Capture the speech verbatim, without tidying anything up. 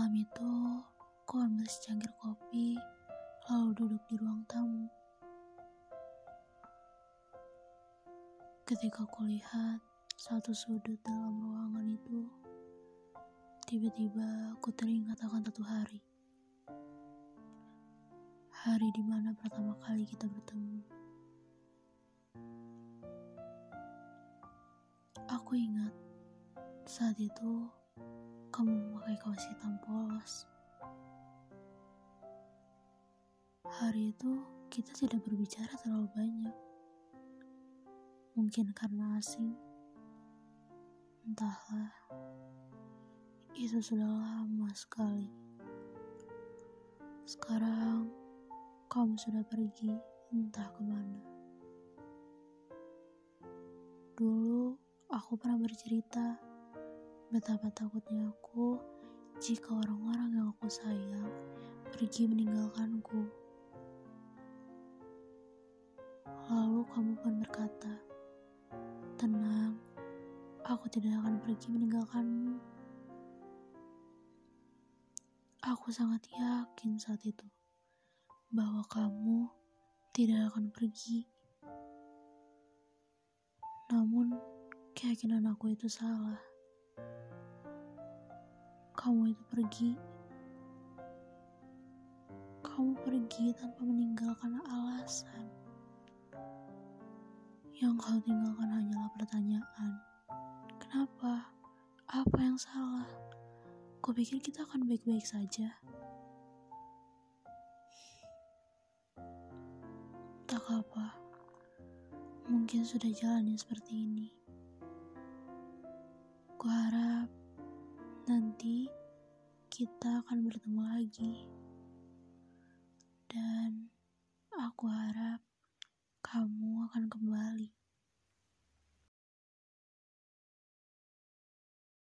Malam itu, ku ambil secangkir kopi, lalu duduk di ruang tamu. Ketika kulihat satu sudut dalam ruangan itu, tiba-tiba aku teringat akan satu hari. Hari di mana pertama kali kita bertemu. Aku ingat, saat itu kamu memakai kaos hitam polos. Hari itu kita tidak berbicara terlalu banyak. Mungkin karena asing. Entahlah. Itu sudah lama sekali. Sekarang kamu sudah pergi entah kemana. Dulu aku pernah bercerita betapa takutnya aku jika orang-orang yang aku sayang pergi meninggalkanku. Lalu kamu pun berkata, "Tenang, aku tidak akan pergi meninggalkanmu." Aku sangat yakin saat itu bahwa kamu tidak akan pergi. Namun, keyakinan aku itu salah. Kamu itu pergi. Kamu pergi tanpa meninggalkan alasan. Yang kau tinggalkan hanyalah pertanyaan. Kenapa? Apa yang salah? Kupikir kita akan baik-baik saja. Tak apa. Mungkin sudah jalannya seperti ini. Kuharap nanti kita akan bertemu lagi. Dan aku harap